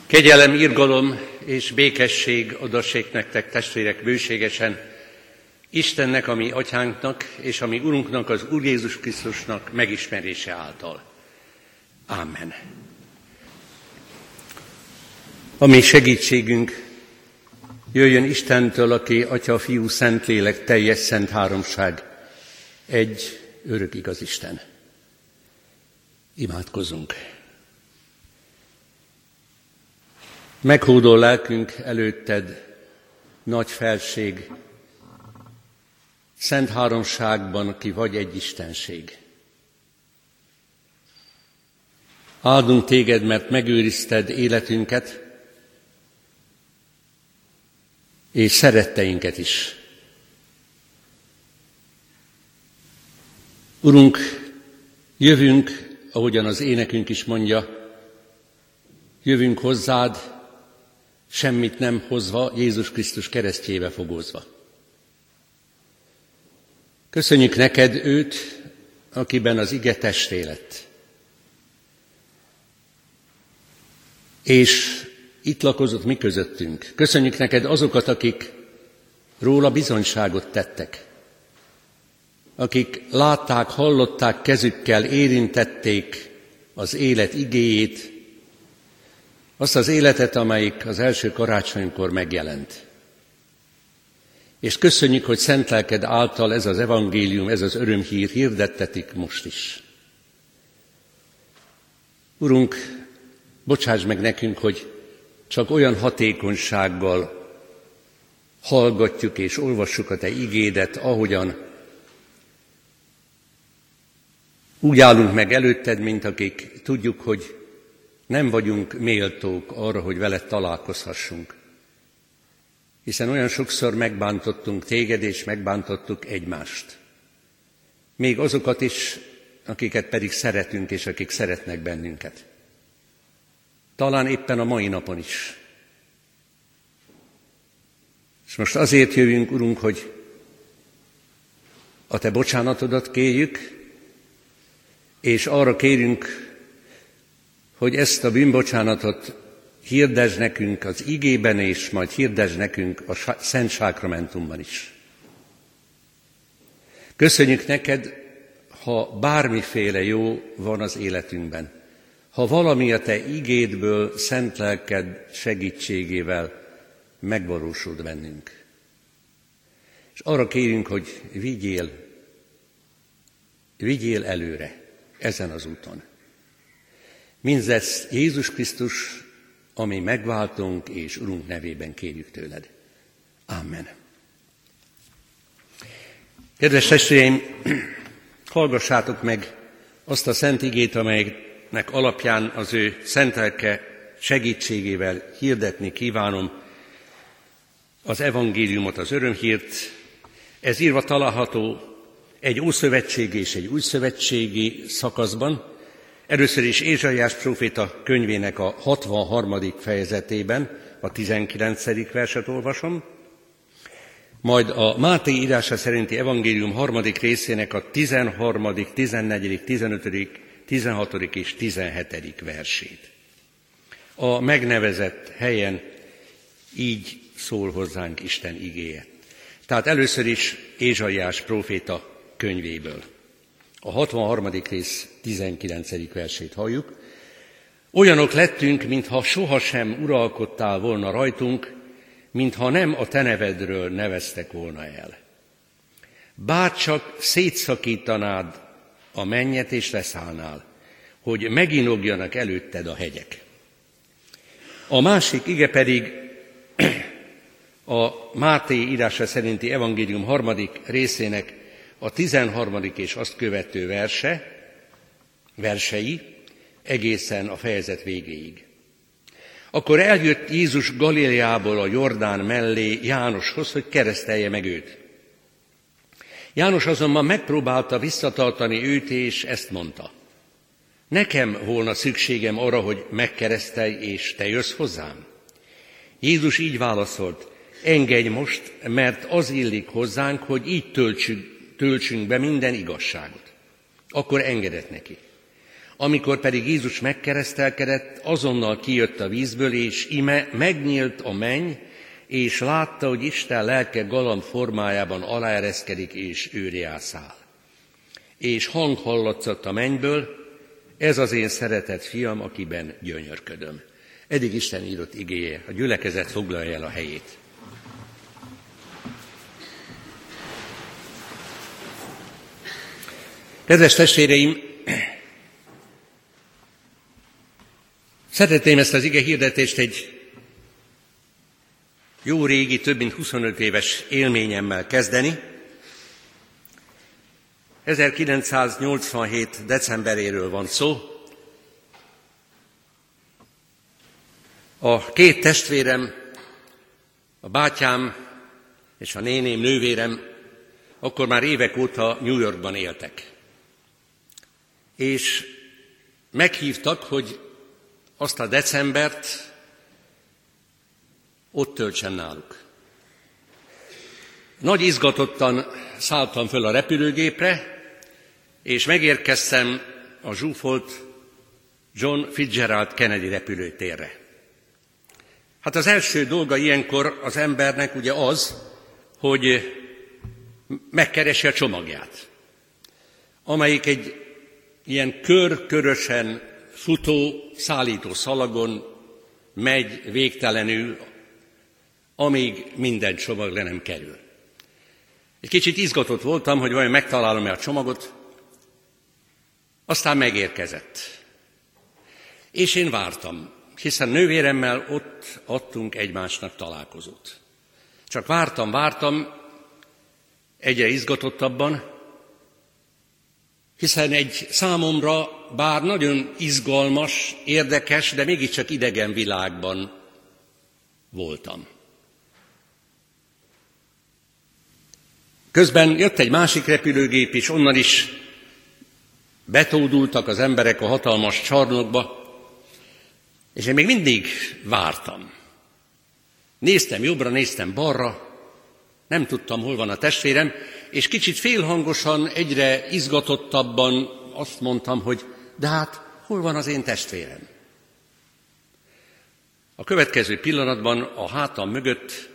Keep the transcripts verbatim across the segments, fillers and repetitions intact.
Kegyelem, irgalom és békesség adassék nektek, testvérek, bőségesen, Istennek, a mi atyánknak, és a mi Urunknak, az Úr Jézus Krisztusnak megismerése által. Ámen. A mi segítségünk jöjjön Istentől, aki Atya, Fiú, Szentlélek, teljes szent háromság, egy örök igaz Isten. Imádkozzunk. Meghódol lelkünk előtted, nagy felség, szent háromságban, ki vagy egy istenség. Áldunk téged, mert megőrizted életünket, és szeretteinket is. Urunk, jövünk, ahogyan az énekünk is mondja, jövünk hozzád, semmit nem hozva, Jézus Krisztus keresztjébe fogózva. Köszönjük neked őt, akiben az ige testé lett. És itt lakozott mi közöttünk. Köszönjük neked azokat, akik róla bizonyságot tettek. Akik látták, hallották, kezükkel érintették az élet igéjét, azt az életet, amelyik az első karácsonykor megjelent. És köszönjük, hogy szent lelked által ez az evangélium, ez az örömhír hirdettetik most is. Urunk, bocsáss meg nekünk, hogy csak olyan hatékonysággal hallgatjuk és olvassuk a te igédet, ahogyan úgy állunk meg előtted, mint akik tudjuk, hogy nem vagyunk méltók arra, hogy veled találkozhassunk. Hiszen olyan sokszor megbántottunk téged, és megbántottuk egymást. Még azokat is, akiket pedig szeretünk, és akik szeretnek bennünket. Talán éppen a mai napon is. És most azért jövünk, Urunk, hogy a te bocsánatodat kérjük, és arra kérünk, hogy ezt a bűnbocsánatot hirdesd nekünk az igében, és majd hirdesd nekünk a Szent Sákramentumban is. Köszönjük neked, ha bármiféle jó van az életünkben, ha valami a te igédből, szent lelked segítségével megvalósul bennünk. És arra kérünk, hogy vigyél, vigyél előre ezen az úton. Mindezt Jézus Krisztus, ami megváltunk és Urunk nevében kérjük tőled. Amen. Kedves testvéreim, hallgassátok meg azt a szent igét, amelynek alapján az ő szent lelke segítségével hirdetni kívánom az evangéliumot, az örömhírt. Ez írva található egy ószövetségi és egy újszövetségi szakaszban. Először is Ézsaiás próféta könyvének a hatvanharmadik fejezetében, a tizenkilencedik verset olvasom, majd a Máté írása szerinti evangélium harmadik részének a tizenharmadik, tizennegyedik, tizenötödik, tizenhatodik és tizenhetedik versét. A megnevezett helyen így szól hozzánk Isten igéje. Tehát először is Ézsaiás próféta könyvéből. A hatvanharmadik rész tizenkilencedik versét halljuk. Olyanok lettünk, mintha sohasem uralkodtál volna rajtunk, mintha nem a te nevedről neveztek volna el. Bárcsak szétszakítanád a mennyet és leszállnál, hogy meginogjanak előtted a hegyek. A másik ige pedig a Máté írása szerinti evangélium harmadik részének a tizenharmadik és azt követő verse, versei egészen a fejezet végéig. Akkor eljött Jézus Galileából a Jordán mellé Jánoshoz, hogy keresztelje meg őt. János azonban megpróbálta visszatartani őt, és ezt mondta: nekem volna szükségem arra, hogy megkeresztelj, és te jössz hozzám? Jézus így válaszolt: engedj most, mert az illik hozzánk, hogy így töltsünk, töltsünk be minden igazságot. Akkor engedett neki. Amikor pedig Jézus megkeresztelkedett, azonnal kijött a vízből, és ime megnyílt a menny, és látta, hogy Isten lelke galamb formájában aláereszkedik, és őré száll. És hang hallatszott a mennyből, ez az én szeretett fiam, akiben gyönyörködöm. Eddig Isten írott igéje, a gyülekezet foglalja el a helyét. Kedves testvéreim, szeretném ezt az ige hirdetést egy jó régi, több mint huszonöt éves élményemmel kezdeni. ezerkilencszáznyolcvanhét. decemberéről van szó. A két testvérem, a bátyám és a néném, nővérem akkor már évek óta New Yorkban éltek. És meghívtak, hogy azt a decembert ott töltsem náluk. Nagy izgatottan szálltam föl a repülőgépre, és megérkeztem a zsúfolt John Fitzgerald Kennedy repülőtérre. Hát az első dolga ilyenkor az embernek ugye az, hogy megkeresi a csomagját, amelyik egy ilyen kör-körösen futó, szállító szalagon megy végtelenül, amíg minden csomag le nem kerül. Egy kicsit izgatott voltam, hogy vajon megtalálom-e a csomagot, aztán megérkezett. És én vártam, hiszen nővéremmel ott adtunk egymásnak találkozót. Csak vártam, vártam, egyre izgatottabban, hiszen egy számomra, bár nagyon izgalmas, érdekes, de mégiscsak idegen világban voltam. Közben jött egy másik repülőgép is, onnan is betódultak az emberek a hatalmas csarnokba, és én még mindig vártam. Néztem jobbra, néztem balra, nem tudtam, hol van a testvérem, és kicsit félhangosan, egyre izgatottabban azt mondtam, hogy de hát hol van az én testvérem? A következő pillanatban a hátam mögött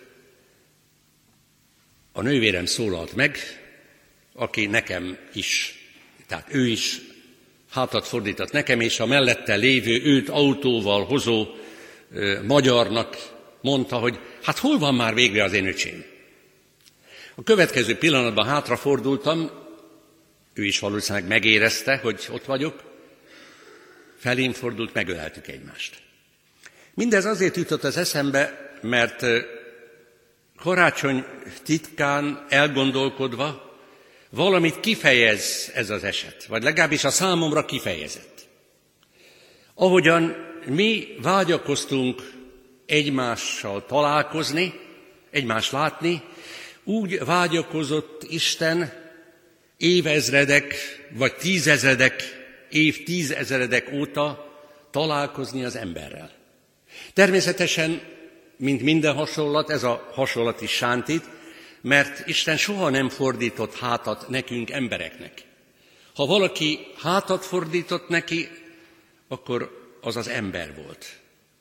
a nővérem szólalt meg, aki nekem is, tehát ő is hátat fordított nekem, és a mellette lévő, őt autóval hozó ö, magyarnak mondta, hogy hát hol van már végre az én öcsém? A következő pillanatban hátrafordultam, ő is valószínűleg megérezte, hogy ott vagyok, felém fordult, megöleltük egymást. Mindez azért jutott az eszembe, mert karácsony titkán elgondolkodva valamit kifejez ez az eset, vagy legalábbis a számomra kifejezett. Ahogyan mi vágyakoztunk egymással találkozni, egymást látni, úgy vágyakozott Isten évezredek, vagy tízezredek, évtízezredek óta találkozni az emberrel. Természetesen, mint minden hasonlat, ez a hasonlat is sántít, mert Isten soha nem fordított hátat nekünk, embereknek. Ha valaki hátat fordított neki, akkor az az ember volt.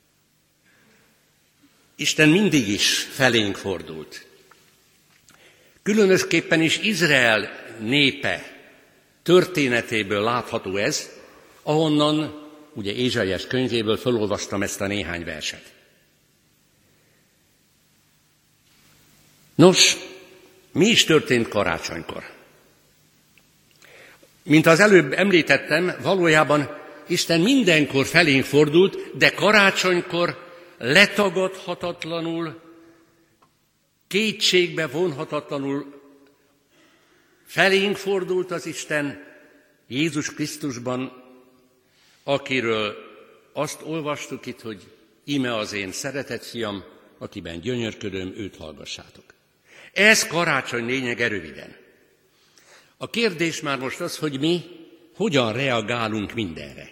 Isten mindig is felénk fordult. Különösképpen is Izrael népe történetéből látható ez, ahonnan, ugye Ézsaiás könyvéből felolvastam ezt a néhány verset. Nos, mi is történt karácsonykor? Mint az előbb említettem, valójában Isten mindenkor felénk fordult, de karácsonykor letagadhatatlanul, kétségbe vonhatatlanul felénk fordult az Isten Jézus Krisztusban, akiről azt olvastuk itt, hogy íme az én szeretett fiam, akiben gyönyörködöm, őt hallgassátok. Ez karácsony lényege röviden. A kérdés már most az, hogy mi hogyan reagálunk mindenre.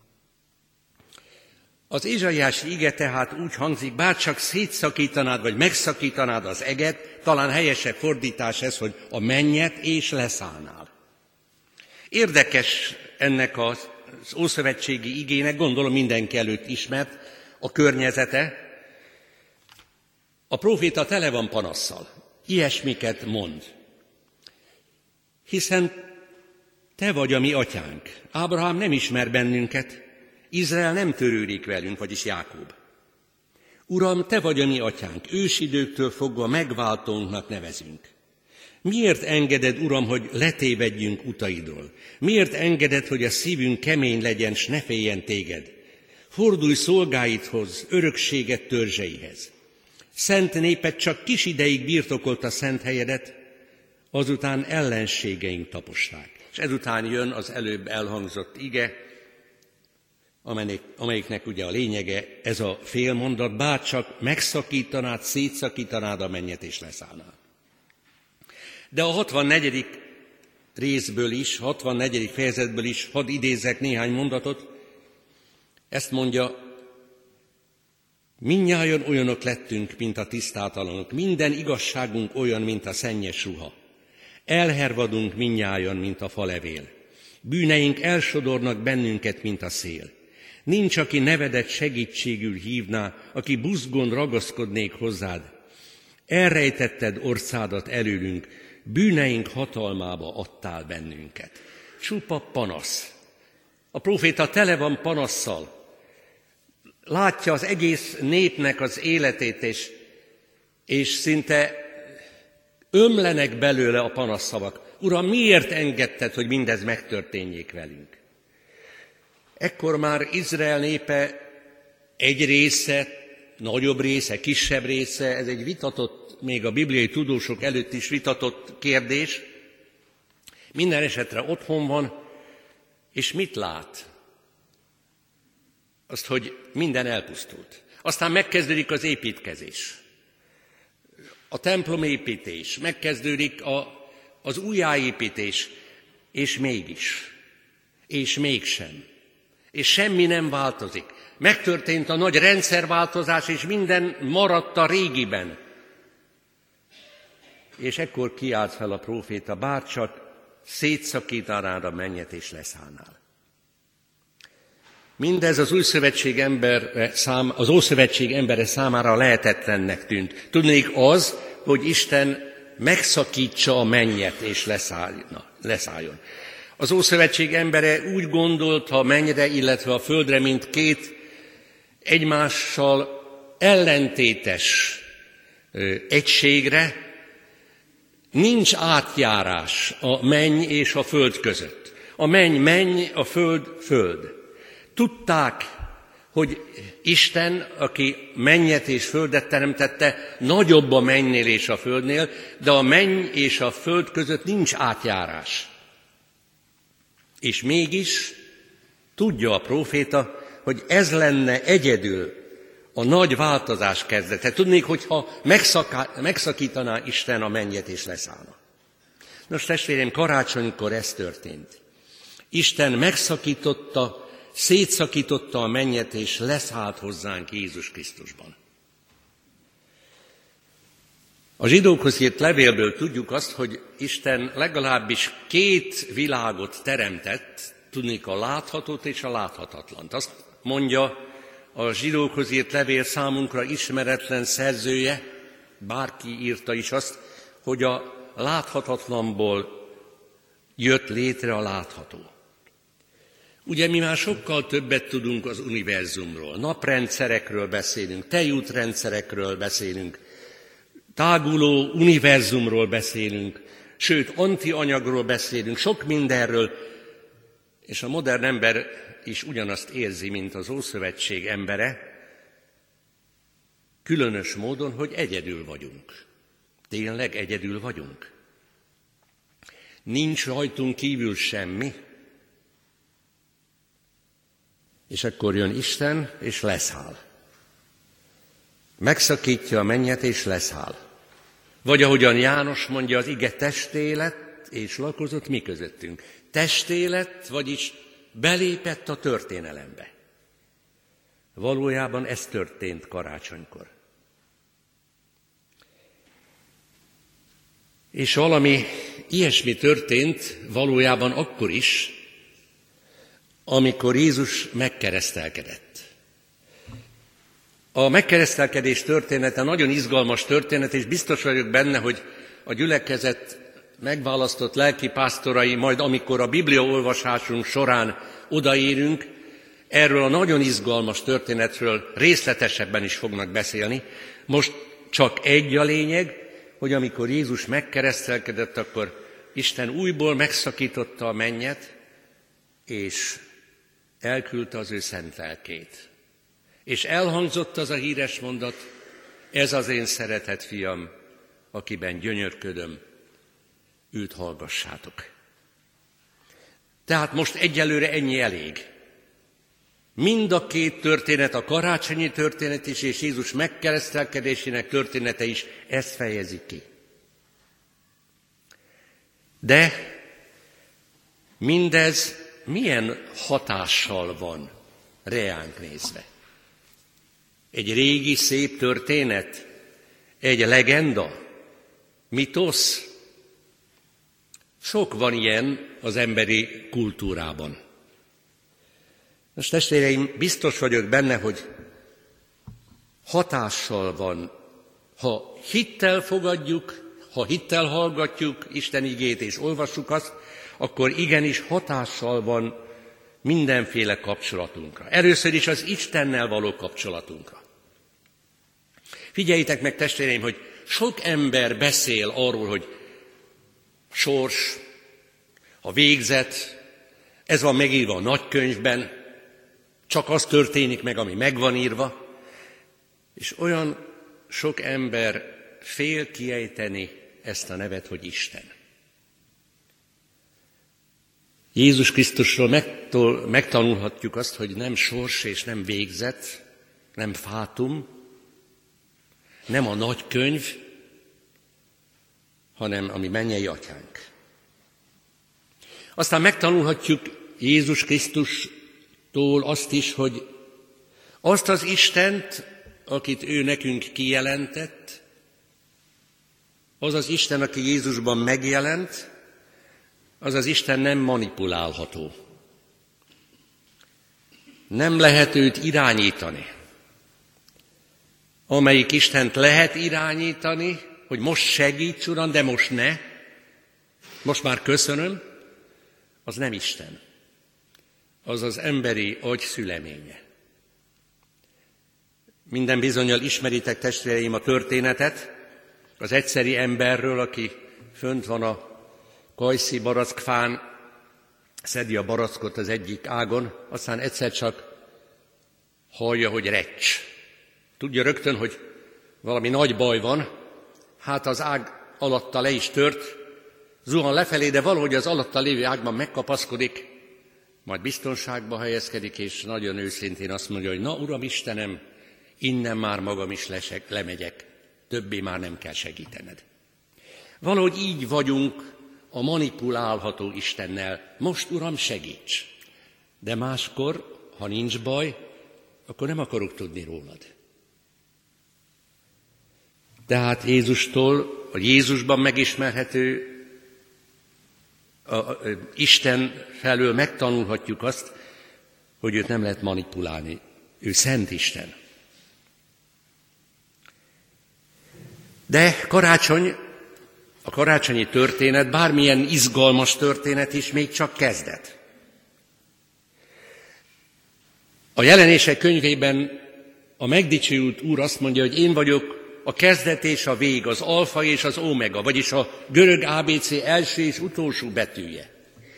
Az ézsaiási ige tehát úgy hangzik, bárcsak szétszakítanád, vagy megszakítanád az eget, talán helyesebb fordítás ez, hogy a mennyet és leszállnál. Érdekes ennek a az ószövetségi igének, gondolom mindenki előtt ismert a környezete. A próféta tele van panasszal, ilyesmiket mond. Hiszen te vagy a mi atyánk. Ábrahám nem ismer bennünket, Izrael nem törődik velünk, vagyis Jákob. Uram, te vagy a mi atyánk, ősidőktől fogva megváltónknak nevezünk. Miért engeded, Uram, hogy letévedjünk utaidról? Miért engeded, hogy a szívünk kemény legyen, s ne féljen téged? Fordulj szolgáidhoz, örökséget törzseihez. Szent néped csak kis ideig birtokolta szent helyedet, azután ellenségeink taposták. És ezután jön az előbb elhangzott ige, amelyik, amelyiknek ugye a lényege ez a fél mondat, bárcsak megszakítanád, szétszakítanád a mennyet és leszállnál. De a hatvannegyedik részből is, hatvannegyedik fejezetből is hadd idézzek néhány mondatot. Ezt mondja, mindnyájan olyanok lettünk, mint a tisztátalanok, minden igazságunk olyan, mint a szennyes ruha. Elhervadunk mindnyájan, mint a falevél. Bűneink elsodornak bennünket, mint a szél. Nincs, aki nevedet segítségül hívná, aki buzgón ragaszkodnék hozzád. Elrejtetted orcádat előlünk, bűneink hatalmába adtál bennünket. Csupa panasz. A próféta tele van panasszal. Látja az egész népnek az életét, és, és szinte ömlenek belőle a panasszavak. Uram, miért engedted, hogy mindez megtörténjék velünk? Ekkor már Izrael népe egy része, nagyobb része, kisebb része, ez egy vitatott, még a bibliai tudósok előtt is vitatott kérdés. Minden esetre otthon van, és mit lát? Azt, hogy minden elpusztult. Aztán megkezdődik az építkezés, a templomépítés, megkezdődik a, az újjáépítés, és mégis, és mégsem, és semmi nem változik. Megtörtént a nagy rendszerváltozás, és minden maradt a régiben. És ekkor kiált fel a próféta, bárcsak szétszakítanád a mennyet, és leszállnál. Mindez az új szövetség embere szám, az Ószövetség embere számára lehetetlennek tűnt. Tudnék az, hogy Isten megszakítsa a mennyet és leszálljon. Az Ószövetség embere úgy gondolt a mennyre, illetve a földre, mint két egymással ellentétes ö, egységre. Nincs átjárás a menny és a föld között. A menny menny, a föld föld. Tudták, hogy Isten, aki mennyet és földet teremtette, nagyobb a mennynél és a földnél, de a menny és a föld között nincs átjárás. És mégis tudja a próféta, hogy ez lenne egyedül a nagy változás kezdete. Tudnék, hogyha megszakítaná Isten a mennyet és leszállna. Nos, testvérem, karácsonykor ez történt. Isten megszakította, szétszakította a mennyet, és leszállt hozzánk Jézus Krisztusban. A zsidókhoz írt levélből tudjuk azt, hogy Isten legalábbis két világot teremtett, tudnék a láthatót és a láthatatlant. Azt mondja a zsidókhoz írt levél számunkra ismeretlen szerzője, bárki írta is azt, hogy a láthatatlanból jött létre a látható. Ugye mi már sokkal többet tudunk az univerzumról, naprendszerekről beszélünk, tejútrendszerekről beszélünk, táguló univerzumról beszélünk, sőt, antianyagról beszélünk, sok mindenről, és a modern ember is ugyanazt érzi, mint az Ószövetség embere, különös módon, hogy egyedül vagyunk. Tényleg egyedül vagyunk. Nincs rajtunk kívül semmi, és akkor jön Isten, és leszáll. Megszakítja a mennyet, és leszáll. Vagy ahogyan János mondja, az ige testé lett, és lakozott mi közöttünk. Testé lett, vagyis belépett a történelembe. Valójában ez történt karácsonykor. És valami ilyesmi történt valójában akkor is, amikor Jézus megkeresztelkedett. A megkeresztelkedés története nagyon izgalmas történet, és biztos vagyok benne, hogy a gyülekezet megválasztott lelkipásztorai, majd amikor a bibliaolvasásunk során odaérünk, erről a nagyon izgalmas történetről részletesebben is fognak beszélni. Most csak egy a lényeg, hogy amikor Jézus megkeresztelkedett, akkor Isten újból megszakította a mennyet, és elküldte az ő szent lelkét. És elhangzott az a híres mondat, ez az én szeretett fiam, akiben gyönyörködöm, őt hallgassátok. Tehát most egyelőre ennyi elég. Mind a két történet, a karácsonyi történet is, és Jézus megkeresztelkedésének története is ezt fejezi ki. De mindez milyen hatással van reánk nézve? Egy régi szép történet? Egy legenda? Mitosz? Sok van ilyen az emberi kultúrában. Most testvéreim, biztos vagyok benne, hogy hatással van, ha hittel fogadjuk, ha hittel hallgatjuk Isten igét és olvassuk azt, akkor igenis hatással van mindenféle kapcsolatunkra. Először is az Istennel való kapcsolatunkra. Figyeljétek meg, testvéreim, hogy sok ember beszél arról, hogy sors, a végzet, ez van megírva a nagykönyvben, csak az történik meg, ami meg van írva, és olyan sok ember fél kiejteni ezt a nevet, hogy Isten. Jézus Krisztusról megtanulhatjuk azt, hogy nem sors és nem végzet, nem fátum, nem a nagykönyv, hanem a mi mennyei atyánk. Aztán megtanulhatjuk Jézus Krisztustól azt is, hogy azt az Istent, akit ő nekünk kijelentett, az az Isten, aki Jézusban megjelent, az az Isten nem manipulálható. Nem lehet őt irányítani. Amelyik Istent lehet irányítani, hogy most segíts, Uram, de most ne, most már köszönöm, az nem Isten. Az az emberi agy szüleménye. Minden bizonnyal ismeritek, testvéreim, a történetet az egyszeri emberről, aki fönt van a kajszi barackfán, szedi a barackot az egyik ágon, aztán egyszer csak hallja, hogy recs. Tudja rögtön, hogy valami nagy baj van, hát az ág alatta le is tört, zuhan lefelé, de valahogy az alatta lévő ágban megkapaszkodik, majd biztonságba helyezkedik, és nagyon őszintén azt mondja, hogy na, Uram Istenem, innen már magam is lesek, lemegyek, többé már nem kell segítened. Valahogy így vagyunk a manipulálható Istennel. Most, Uram, segíts! De máskor, ha nincs baj, akkor nem akarok tudni rólad. Tehát Jézustól, a Jézusban megismerhető a, a, a, Isten felől megtanulhatjuk azt, hogy őt nem lehet manipulálni. Ő Szent Isten. De karácsony, a karácsonyi történet, bármilyen izgalmas történet is, még csak kezdet. A Jelenések könyvében a megdicsőült Úr azt mondja, hogy én vagyok a kezdet és a vég, az alfa és az omega, vagyis a görög á bé cé első és utolsó betűje.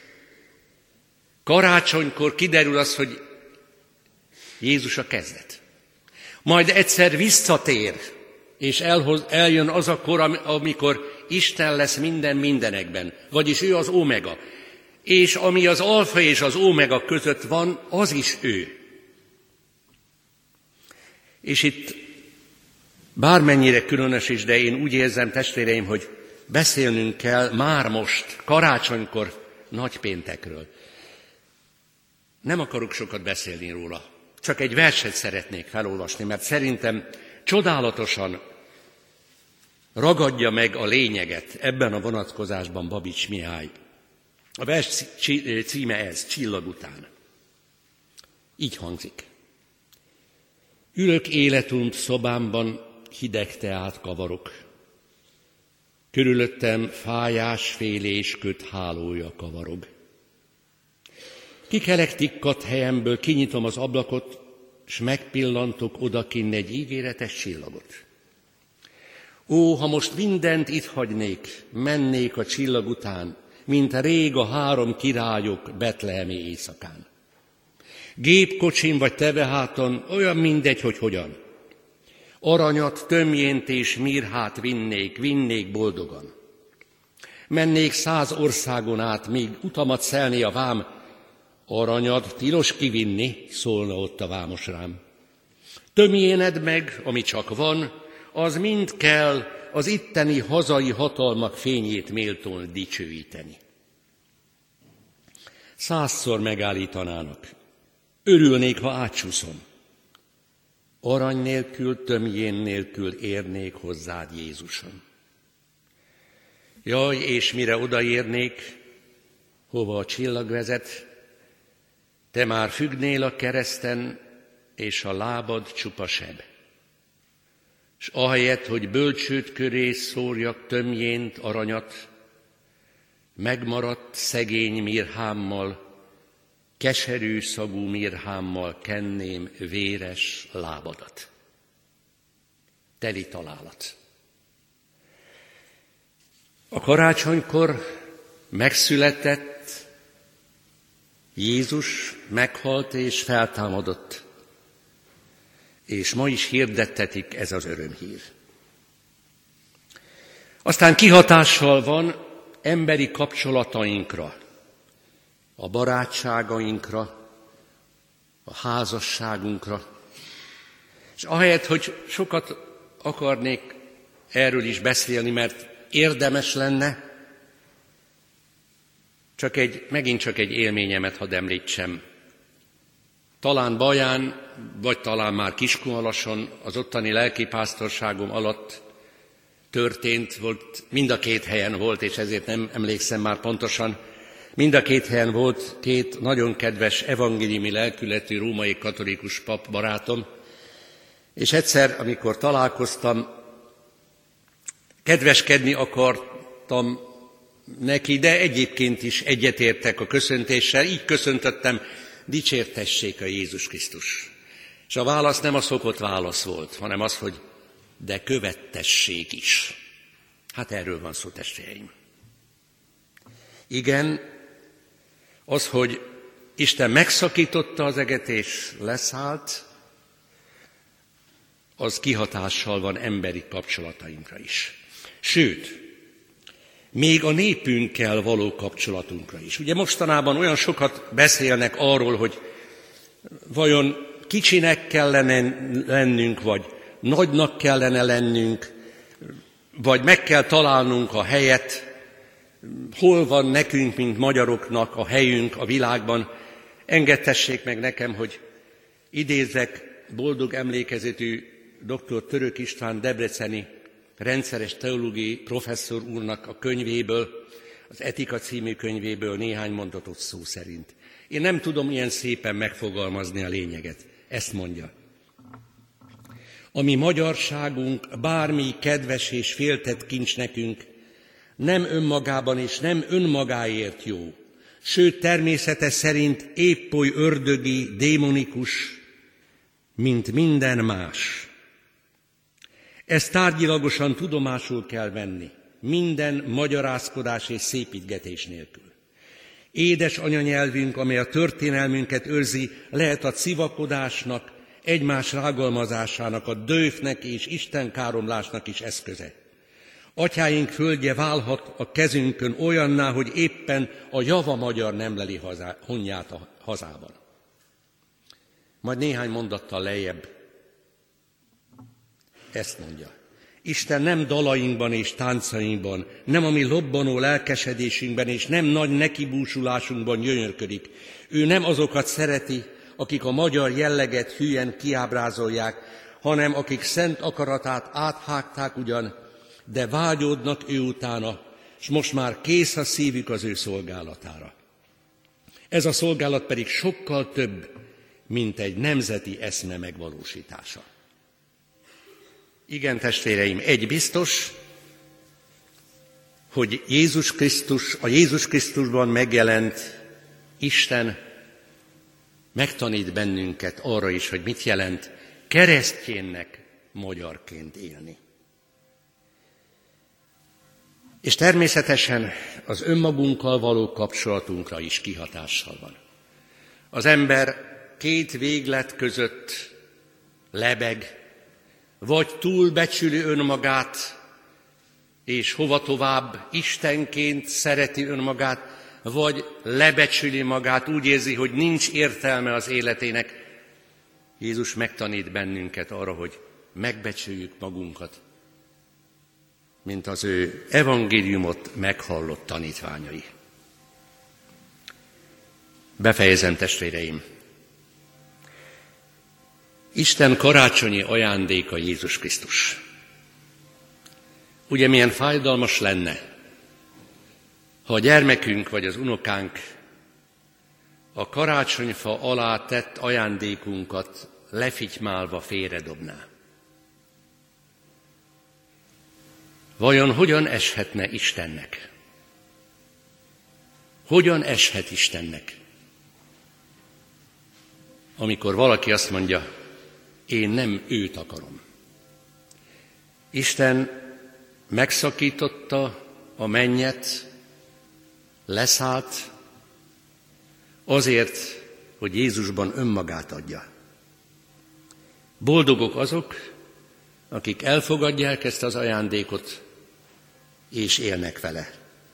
Karácsonykor kiderül az, hogy Jézus a kezdet. Majd egyszer visszatér, és elhoz, eljön az a kor, amikor Isten lesz minden mindenekben, vagyis ő az omega. És ami az alfa és az omega között van, az is ő. És itt bármennyire különös is, de én úgy érzem, testvéreim, hogy beszélnünk kell már most, karácsonykor, nagypéntekről. Nem akarok sokat beszélni róla, csak egy verset szeretnék felolvasni, mert szerintem csodálatosan ragadja meg a lényeget ebben a vonatkozásban Babics Mihály. A vers címe ez, Csillag után. Így hangzik. Ülök életunt szobámban, hideg teát kavarok. Körülöttem fájás félés köt hálója kavarog. Kikelek tikkat helyemből, kinyitom az ablakot, s megpillantok odakinn egy ígéretes csillagot. Ó, ha most mindent itt hagynék, mennék a csillag után, mint rég a három királyok betlehemi éjszakán. Gépkocsin vagy teveháton, olyan mindegy, hogy hogyan. Aranyat, tömjént és mirhát vinnék, vinnék boldogan. Mennék száz országon át, míg utamat szelné a vám, aranyat tilos kivinni, szólna ott a vámos rám. Tömjéned meg, ami csak van, az mind kell az itteni hazai hatalmak fényét méltón dicsőíteni. Százszor megállítanának, örülnék, ha átsúszom. Arany nélkül, tömjén nélkül érnék hozzád, Jézusom. Jaj, és mire odaérnék, hova a csillag vezet, te már függnél a kereszten, és a lábad csupa seb. S ahelyett, hogy bölcsőd köré szórjak tömjént, aranyat, megmaradt szegény mirhámmal, keserű szagú mirhámmal kenném véres lábadat. Teli találat. A karácsonykor megszületett Jézus, meghalt és feltámadott, és ma is hirdettetik, ez az örömhír. Aztán kihatással van emberi kapcsolatainkra, a barátságainkra, a házasságunkra. És ahelyett, hogy sokat akarnék erről is beszélni, mert érdemes lenne, csak egy, megint csak egy élményemet hadd említsem. Talán Baján, vagy talán már Kiskunhalason, az ottani lelkipásztorságom alatt történt, volt, mind a két helyen volt, és ezért nem emlékszem már pontosan, mind a két helyen volt két nagyon kedves evangéliumi lelkületű római katolikus pap barátom, és egyszer, amikor találkoztam, kedveskedni akartam neki, de egyébként is egyetértek a köszöntéssel, így köszöntöttem, dicsértessék a Jézus Krisztus. És a válasz nem a szokott válasz volt, hanem az, hogy de követtessék is. Hát erről van szó, testvéreim. Igen, az, hogy Isten megszakította az eget és leszállt, az kihatással van emberi kapcsolatainkra is. Sőt, még a népünkkel való kapcsolatunkra is. Ugye mostanában olyan sokat beszélnek arról, hogy vajon kicsinek kellene lennünk, vagy nagynak kellene lennünk, vagy meg kell találnunk a helyet, hol van nekünk, mint magyaroknak a helyünk a világban. Engedtessék meg nekem, hogy idézzek boldog emlékezetű dr. Török István debreceni rendszeres teológiai professzor úrnak a könyvéből, az Etika című könyvéből néhány mondatot szó szerint. Én nem tudom ilyen szépen megfogalmazni a lényeget. Ezt mondja. A mi magyarságunk, bármi kedves és féltett kincs nekünk, nem önmagában és nem önmagáért jó, sőt természete szerint épp oly ördögi, démonikus, mint minden más. Ezt tárgyilagosan tudomásul kell venni, minden magyarázkodás és szépítgetés nélkül. Édes anyanyelvünk, amely a történelmünket őrzi, lehet a civakodásnak, egymás rágalmazásának, a dőfnek és istenkáromlásnak is eszköze. Atyáink földje válhat a kezünkön olyanná, hogy éppen a java magyar nem leli hazá, honját a hazában. Majd néhány mondattal lejjebb ezt mondja. Isten nem dalainkban és táncainkban, nem a mi lobbanó lelkesedésünkben és nem nagy nekibúsulásunkban gyönyörködik. Ő nem azokat szereti, akik a magyar jelleget hülyen kiábrázolják, hanem akik szent akaratát áthágták ugyan, de vágyódnak ő utána, és most már kész a szívük az ő szolgálatára. Ez a szolgálat pedig sokkal több, mint egy nemzeti eszme megvalósítása. Igen, testvéreim, egy biztos, hogy Jézus Krisztus, a Jézus Krisztusban megjelent Isten megtanít bennünket arra is, hogy mit jelent keresztjénnek magyarként élni. És természetesen az önmagunkkal való kapcsolatunkra is kihatással van. Az ember két véglet között lebeg, vagy túlbecsüli önmagát, és hova tovább istenként szereti önmagát, vagy lebecsüli magát, úgy érzi, hogy nincs értelme az életének. Jézus megtanít bennünket arra, hogy megbecsüljük magunkat, mint az ő evangéliumot meghallott tanítványai. Befejezem, testvéreim. Isten karácsonyi ajándéka Jézus Krisztus. Ugye milyen fájdalmas lenne, ha a gyermekünk vagy az unokánk a karácsonyfa alá tett ajándékunkat lefitymálva félredobná. Vajon hogyan eshetne Istennek? Hogyan eshet Istennek? Amikor valaki azt mondja, én nem őt akarom. Isten megszakította a mennyet, leszállt azért, hogy Jézusban önmagát adja. Boldogok azok, akik elfogadják ezt az ajándékot, és élnek vele.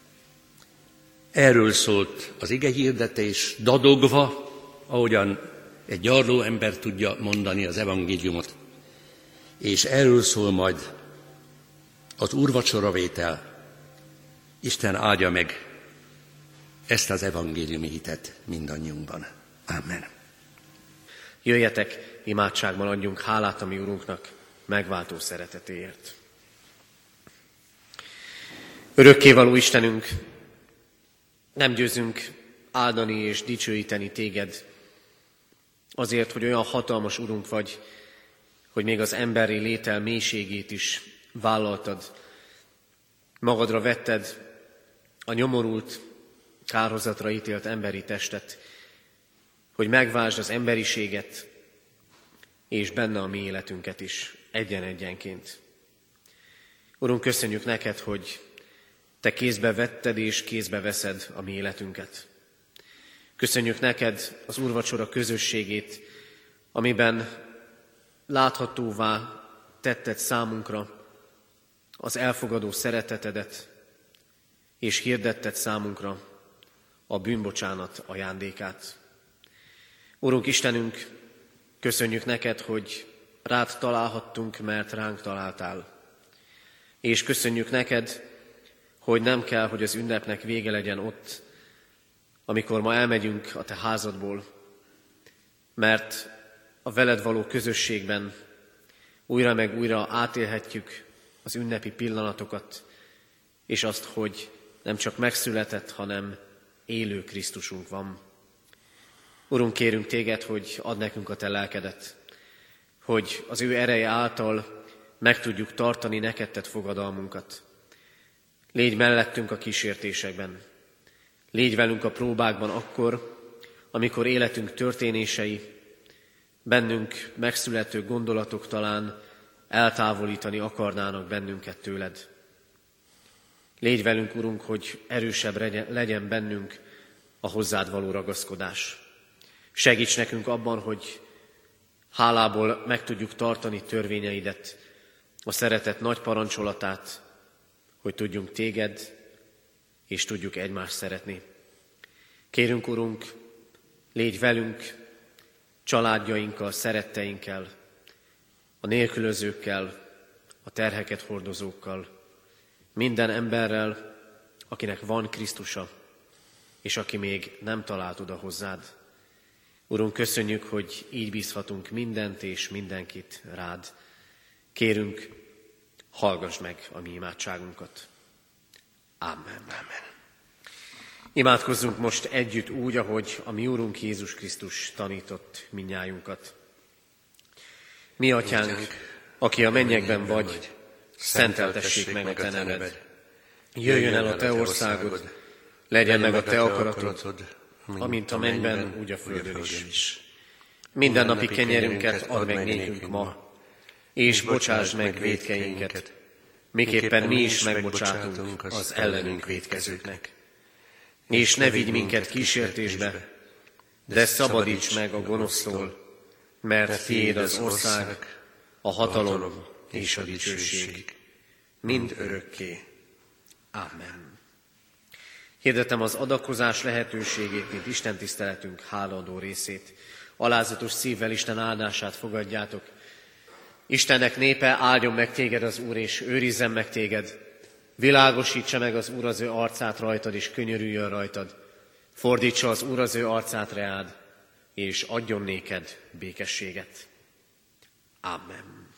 Erről szólt az igehirdetés, dadogva, ahogyan egy gyarló ember tudja mondani az evangéliumot, és erről szól majd az úrvacsoravétel. Isten áldja meg ezt az evangéliumi hitet mindannyiunkban. Amen. Jöjjetek, imádságban adjunk hálát a mi Urunknak megváltó szeretetéért. Örökkévaló Istenünk, nem győzünk áldani és dicsőíteni téged azért, hogy olyan hatalmas Urunk vagy, hogy még az emberi létel mélységét is vállaltad. Magadra vetted a nyomorult, kárhozatra ítélt emberi testet, hogy megváltsd az emberiséget, és benne a mi életünket is, egyen-egyenként. Urunk, köszönjük neked, hogy te kézbe vetted és kézbe veszed a mi életünket. Köszönjük neked az úrvacsora közösségét, amiben láthatóvá tetted számunkra az elfogadó szeretetedet, és hirdetted számunkra a bűnbocsánat ajándékát. Urunk Istenünk, köszönjük neked, hogy rád találhattunk, mert ránk találtál. És köszönjük neked, hogy nem kell, hogy az ünnepnek vége legyen ott, amikor ma elmegyünk a te házadból, mert a veled való közösségben újra meg újra átélhetjük az ünnepi pillanatokat, és azt, hogy nem csak megszületett, hanem élő Krisztusunk van. Urunk, kérünk téged, hogy add nekünk a te lelkedet, hogy az ő ereje által meg tudjuk tartani neked tett fogadalmunkat. Légy mellettünk a kísértésekben. Légy velünk a próbákban akkor, amikor életünk történései, bennünk megszülető gondolatok talán eltávolítani akarnának bennünket tőled. Légy velünk, Urunk, hogy erősebb legyen bennünk a hozzád való ragaszkodás. Segíts nekünk abban, hogy hálából meg tudjuk tartani törvényeidet, a szeretet nagy parancsolatát, hogy tudjunk téged, és tudjuk egymást szeretni. Kérünk, Urunk, légy velünk, családjainkkal, szeretteinkkel, a nélkülözőkkel, a terheket hordozókkal, minden emberrel, akinek van Krisztusa, és aki még nem talált oda hozzád. Urunk, köszönjük, hogy így bízhatunk mindent és mindenkit rád. Kérünk, hallgass meg a mi imádságunkat. Amen. Amen. Imádkozzunk most együtt úgy, ahogy a mi Úrunk Jézus Krisztus tanított mindnyájunkat. Mi Atyánk, aki a mennyekben vagy, szenteltessék meg a Te neved. Jöjjön el a Te országod, legyen meg a Te akaratod, amint a mennyben, úgy a földön is. Minden napi kenyerünket add meg nékünk ma, és bocsásd meg vétkeinket, miképpen mi is megbocsátunk az ellenünk vétkezőknek. És ne vigy minket kísértésbe, de szabadíts meg a gonosztól, mert tiéd az ország, a hatalom és a dicsőség, mind örökké. Amen. Hirdetem az adakozás lehetőségét, mint Isten tiszteletünk hálaadó részét. Alázatos szívvel Isten áldását fogadjátok. Istennek népe, áldjon meg téged az Úr, és őrizzen meg téged. Világosítsa meg az Úr az ő arcát rajtad, és könyörüljön rajtad. Fordítsa az Úr az ő arcát reád, és adjon néked békességet. Amen.